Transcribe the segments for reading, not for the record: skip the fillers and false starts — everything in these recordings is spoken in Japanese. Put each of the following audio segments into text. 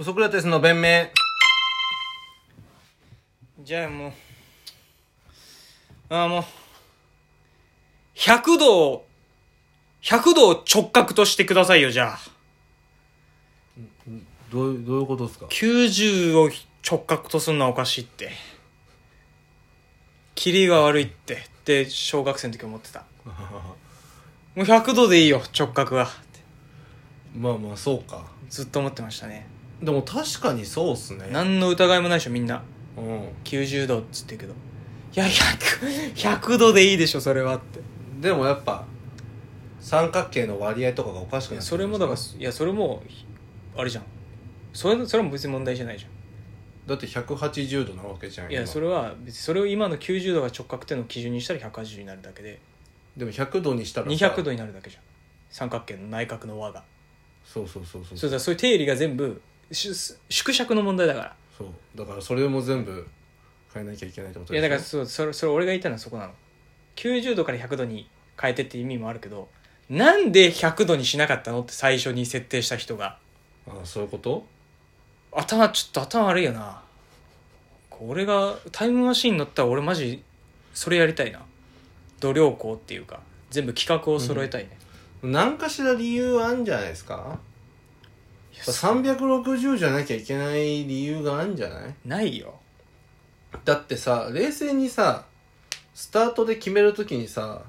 ソクラテスの弁明。 じゃあもう100度を直角としてくださいよ。じゃあどういうことですか。 90を直角とすんのはおかしいって、キリが悪いって小学生の時思ってた。もう100度でいいよ直角はってまあまあそうか。 ずっと思ってましたね。 でも確かにそうっすね。 何の疑いもないでしょみんな。 うん 90度っつってるけど、いや100度でいいでしょそれはって。 でもやっぱ三角形の割合とかがおかしくなってる。 それもだからそれもあれじゃん。それも別に問題じゃないじゃん。 だって180度なわけじゃん。 いやそれは別にそれを今の90度が直角っていうのを基準にしたら180になるだけで、 でも100度にしたらさ 200度になるだけじゃん。三角形の内角の和が。 そうそうだ、そういう定理が全部縮尺の問題だから。 そうだからそれも全部変えなきゃいけないってことでしょ。 いやだからそれ俺が言ったのはそこなの。90度から100度に変えてって意味もあるけど、なんで100度にしなかったのって最初に設定した人が。 ああそういうこと。 ちょっと頭悪いよな。俺がタイムマシン乗ったら俺マジそれやりたいな。度量衡っていうか全部規格を揃えたいね。 何かしら理由あんじゃないですか。360じゃなきゃいけない理由があるんじゃない。 ないよ。 だってさ、冷静にさスタートで決めるときにさ、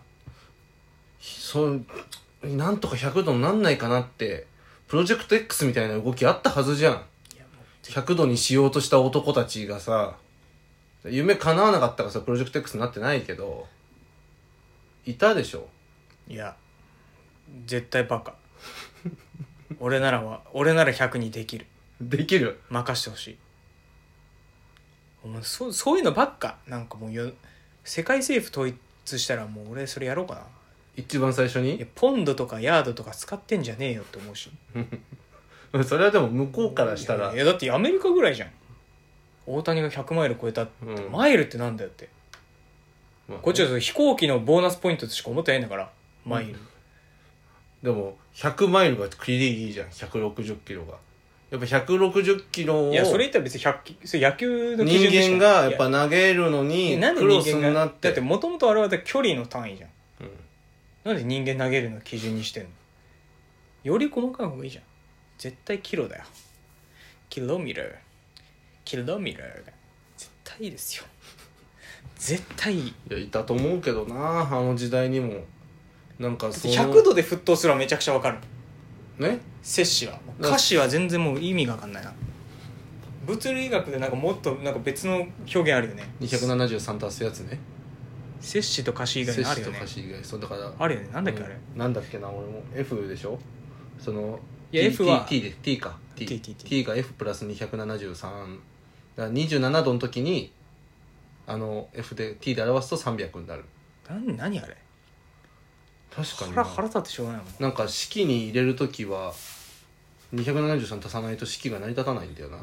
なんとか100度になんないかなってプロジェクト X みたいな動きあったはずじゃん。100度にしようとした男たちがさ、夢叶わなかったからさプロジェクト X になってないけどいたでしょ。 いや絶対バカ。俺なら100にできる。 できる。 任してほしい。お前そういうのばっか。なんかもう世界政府統一したらもう俺それやろうかな。 一番最初いやにポンドとかヤードとか使ってんじゃねえよって思うし。 それはでも向こうからしたらいやだってアメリカぐらいじゃん。大谷が100マイル超えたって、 うんマイルってなんだよって、 まあねこっちは飛行機のボーナスポイントとしか思ってないんだからマイル、 でも100マイルがクリいいじゃん。160キロがやっぱ160キロをいやそれ言ったら別にそれ野球の基準でしょ。 人間がやっぱ投げるのになんでクロス人間がになってだってもともとあれは距離の単位じゃん。 うんなんで人間投げるの基準にしてんの。より細かい方がいいじゃん。絶対キロだよ。キロミターが絶対いいですよ。絶対いい。 いやいたと思うけどな、あの時代にも。なんかその 100度で沸騰するのはめちゃくちゃわかる。 ね、 摂氏は歌詞は全然もう意味がわかんないな。物理学でなんかもっとなんか別の表現あるよね。 273足すやつね。 摂氏と歌詞以外にあるよね。 摂氏と歌詞以外そうだからあるよね。なんだっけあれ、 なんだっけな、俺も F でしょ。そのいや F は T で T か T が F プラス273だから27度の時にF で T で表すと300になる。 何あれ。 確かに腹立ってしょうがないもん。 なんか式に入れる時は273足さないと式が成り立たないんだよな。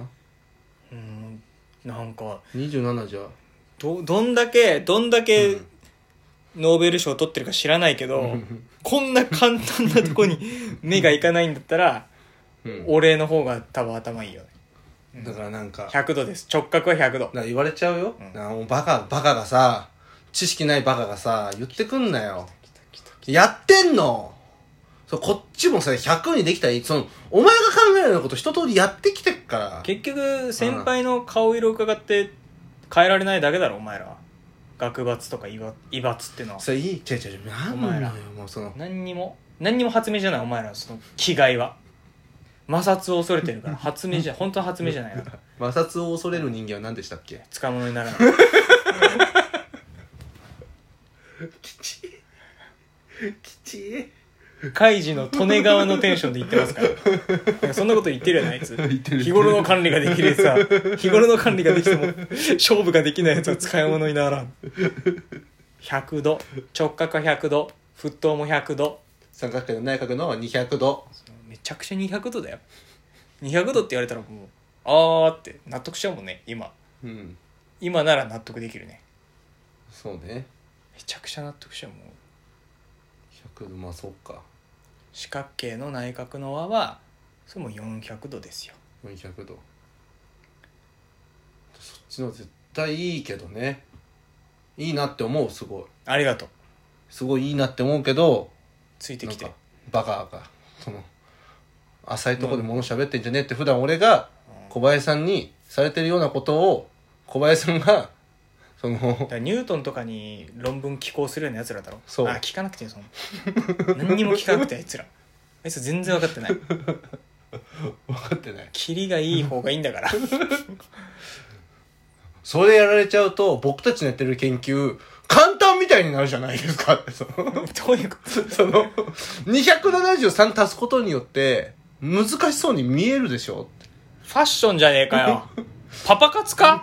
なんか 27じゃどんだけノーベル賞を取ってるか知らないけど、こんな簡単なとこに目がいかないんだったら、俺の方が多分頭いいよね。 だからなんか 100度です。直角は100度。 言われちゃうよ、もうバカがさ、知識ないバカがさ言ってくんなよ。やってんのこっちもさ100にできたらお前が考えるようなこと一通りやってきてっから。 結局先輩の顔色を伺って変えられないだけだろお前らは。学閥とか異閥ってのはそれいい違うお前らもう何にも発明じゃないお前らのその気概は。摩擦を恐れてるから発明じゃ本当は発明じゃないな。 摩擦を恐れる人間は何でしたっけ。 使い物にならない。 きちカイジの利根川のテンションで言ってますから。なんかそんなこと言ってるよなあいつ。日頃の管理ができるさ、日頃の管理ができても勝負ができないやつは使い物にならん。100度直角は100度沸騰も100度三角形の内角の200度。 めちゃくちゃ200度だよ。200度って言われたらもうあーって納得しちゃうもんね今。今なら納得できるね。 そうね。 めちゃくちゃ納得しちゃうもん。 100度まあそうか。 四角形の内角の和はそれも400度ですよ。 400度。そっちの絶対いいけどね。いいなって思う。すごいありがとう。 すごいいいなって思うけど、 ついてきて。 なんかバカがその浅いとこで物喋ってんじゃねえって普段俺が小林さんにされてるようなことを小林さんがそのだからニュートンとかに論文寄稿するようなやつらだろ。 そうあ、聞かなくていいそんな何にも聞かなくてあいつら。あいつ全然分かってない。 分かってない。 キリがいい方がいいんだからそれやられちゃうと僕たちのやってる研究簡単みたいになるじゃないですかってそのどういうことその273足すことによって難しそうに見えるでしょ。 ファッションじゃねえかよパパ活か。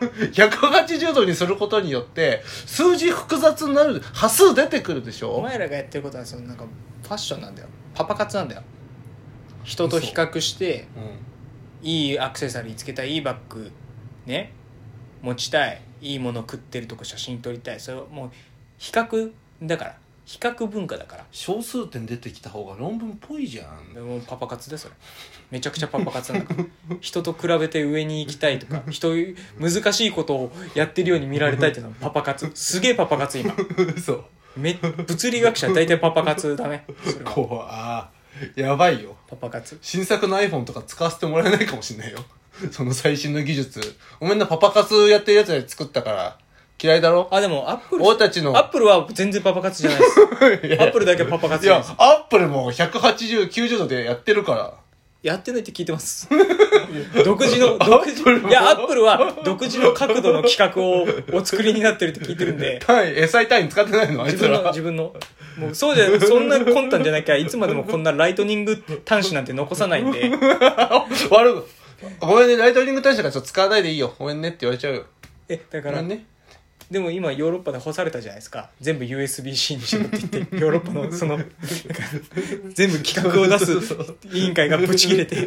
180度にすることによって数字複雑になる、波数出てくるでしょ。 お前らがやってることはそのなんかファッションなんだよ。パパ活なんだよ。人と比較していいアクセサリーつけたい、いいバッグね持ちたい、いいもの食ってるとこ写真撮りたい。それはもう比較だから、比較文化だから。 小数点出てきた方が論文っぽいじゃん。 でもパパ活でそれめちゃくちゃパパ活なんだから人と比べて上に行きたいとか難しいことをやってるように見られたいっていうのはパパ活。すげえパパ活今そう物理学者大体パパ活だね。それはこうあーやばいよ。 パパ活。 新作の iPhone とか使わせてもらえないかもしれないよその最新の技術。ごめんな、パパ活やってるやつで作ったから嫌いだろ。 あ、でもアップル、 俺たちのアップルは全然パパ活じゃないですアップルだけパパ活いやじゃないです。 アップルも180、90度でやってるからやってないって聞いてます独自いやアップルは独自の角度の企画をお作りになってるって聞いてるんで SI 単位使ってないのあいつら。 自分のもうそうじゃそんな魂胆じゃなきゃいつまでもこんなライトニング端子なんて残さないんで悪い。ごめんね、ライトニング端子がちょっと使わないでいいよ。ごめんねって言われちゃうよ。 だからごめんね。 でも今ヨーロッパで干されたじゃないですか。全部 USB-C にしろって言ってヨーロッパのそのなんか全部企画を出す委員会がブチ切れて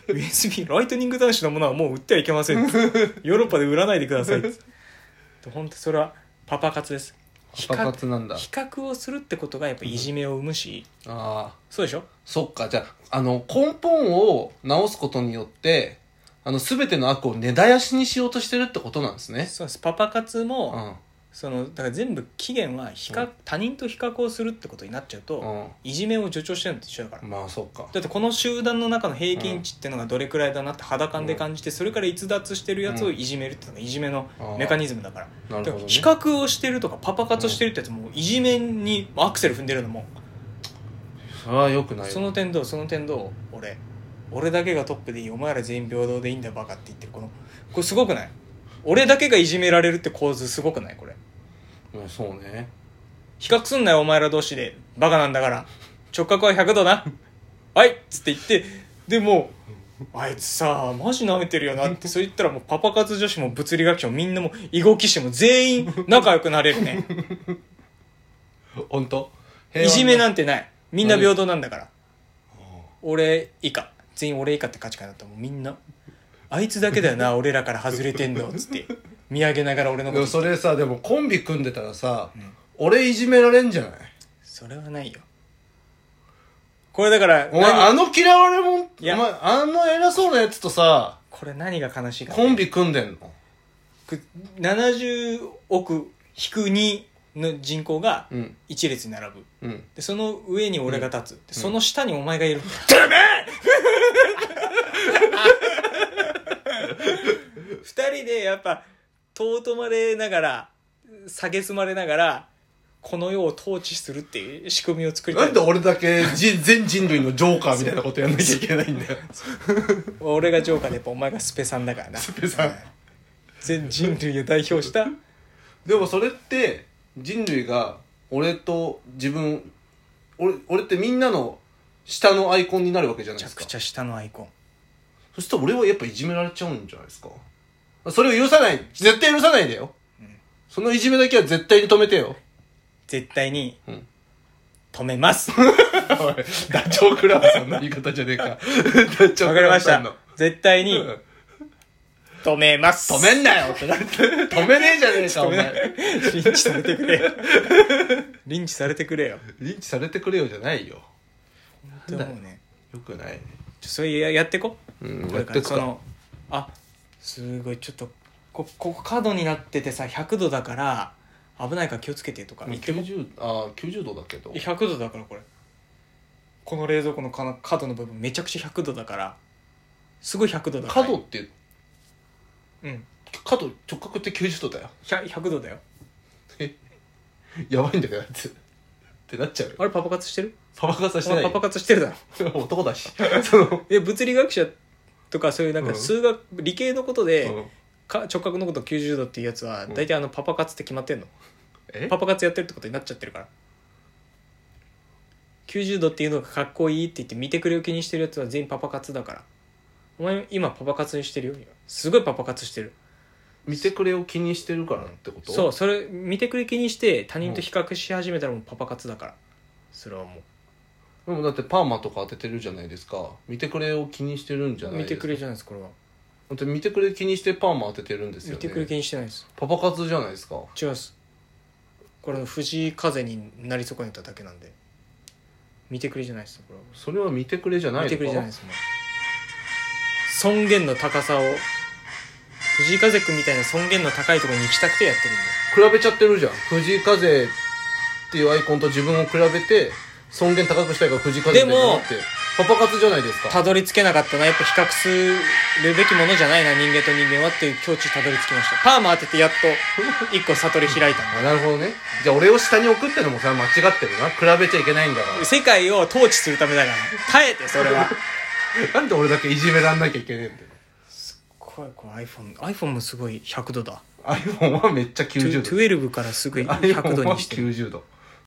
USB ライトニング端子のものはもう売ってはいけませんヨーロッパで売らないでくださいって本当それはパパ活です。 パパ活なんだ。 比較をするってことがやっぱいじめを生むし、 ああそうでしょ。 そっか。じゃあ根本を直すことによって全ての悪を根絶やしにしようとしてるってことなんですね。 そうです。パパ活も、 うんそのだから全部起源は他人と比較をするってことになっちゃうと、いじめを助長してるのと一緒だから。 まあそっか。 だってこの集団の中の平均値っていうのがどれくらいだなって肌感で感じて、それから逸脱してるやつをいじめるっていうのがいじめのメカニズムだから、 なるほどね。 比較をしてるとかパパ活をしてるってやつもいじめにアクセル踏んでるのも、 それはよくないよ。 その点どう俺だけがトップでいい、お前ら全員平等でいいんだよバカって言ってるこれすごくない？俺だけがいじめられるって構図すごくない？これそうね。 比較すんなよお前ら同士で、バカなんだから直角は100度なはいっつって言って、でもあいつさマジ舐めてるよなってそう言ったらもうパパ活女子も物理学者もみんなも囲碁棋士も全員仲良くなれるね本当？ いじめなんてない、みんな平等なんだから。俺以下、全員俺以下って価値観だったらもうみんなあいつだけだよな俺らから外れてんのっつって見上げながら俺のこと。 それさ、でもコンビ組んでたらさ、俺いじめられんじゃない？ それはないよ。これだからお前嫌われもん、お前偉そうなやつとさ、 これ何が悲しいか、 コンビ組んでんの ？70億引く2の人口が一列に並ぶ、でその上に俺が立つ、でその下にお前がいる。てめえ2人でやっぱ尊まれながら蔑まれながらこの世を統治するっていう仕組みを作りたい。 なんで俺だけ全人類のジョーカーみたいなことやんなきゃいけないんだよ俺がジョーカーでやっぱお前がスペさんだからな。 スペさん、 全人類を代表した。 でもそれって人類が俺と自分、俺ってみんなの下のアイコンになるわけじゃないですか。 めちゃくちゃ下のアイコン。 そしたら俺はやっぱいじめられちゃうんじゃないですか。それを許さない、絶対許さないでよ、そのいじめだけは絶対に止めてよ。 絶対に止めますおいダチョウ倶楽部さんの言い方じゃねえかダチョウ倶楽部さんの。 絶対に止めます。 止めんなよってなって止めねえじゃねえかお前。 リンチされてくれよリンチされてくれよ。 リンチされてくれよじゃないよ。 本当もうね、 よくないね。 それやってこ、 やってくか。 あすごいちょっとここ角になっててさ100度だから危ないから気をつけてとか言っても 90度だけど 100度だからこの冷蔵庫の角の部分めちゃくちゃ100度だからすごい100度だから角ってうん角直角って90度だよ 100度だよやばいんだけどあいつってなっちゃうよあれパパ活してるパパ活してないパパ活してるだろ男だしその物理学者とかそういうなんか数学、理系のことで、直角のこと90度っていうやつは大体パパ活って決まってんの、パパ活やってるってことになっちゃってるから90度っていうのがかっこいいって言って見てくれを気にしてるやつは全員パパ活だからお前今パパ活にしてるよすごいパパ活してる見てくれを気にしてるからってこと？ そうそれ見てくれ気にして他人と比較し始めたらもうパパ活だからそれはもうでもだってパーマとか当ててるじゃないですか見てくれを気にしてるんじゃないですか見てくれじゃないですこれは本当に見てくれ気にしてパーマ当ててるんですよね見てくれ気にしてないですパパ活じゃないですか違いますこれ藤井風になり損ねただけなんで見てくれじゃないですこれはそれは見てくれじゃないのか見てくれじゃないですもう尊厳の高さを藤井風君みたいな尊厳の高いところに行きたくてやってるんで比べちゃってるじゃん藤井風っていうアイコンと自分を比べて尊厳高くしたいから藤井風みたいになってパパ活じゃないですかたどり着けなかったなやっぱ比較するべきものじゃないな人間と人間はっていう境地たどり着きましたパーマ当ててやっと一個悟り開いたんだなるほどねじゃあ俺を下に置くってのもそれは間違ってるな比べちゃいけないんだから世界を統治するためだから耐えてそれはなんで俺だけいじめらんなきゃいけねえんだよこれ iPhone もすごい100度だ iPhone はめっちゃ90度 12からすぐ100度にしてる iPhone は90度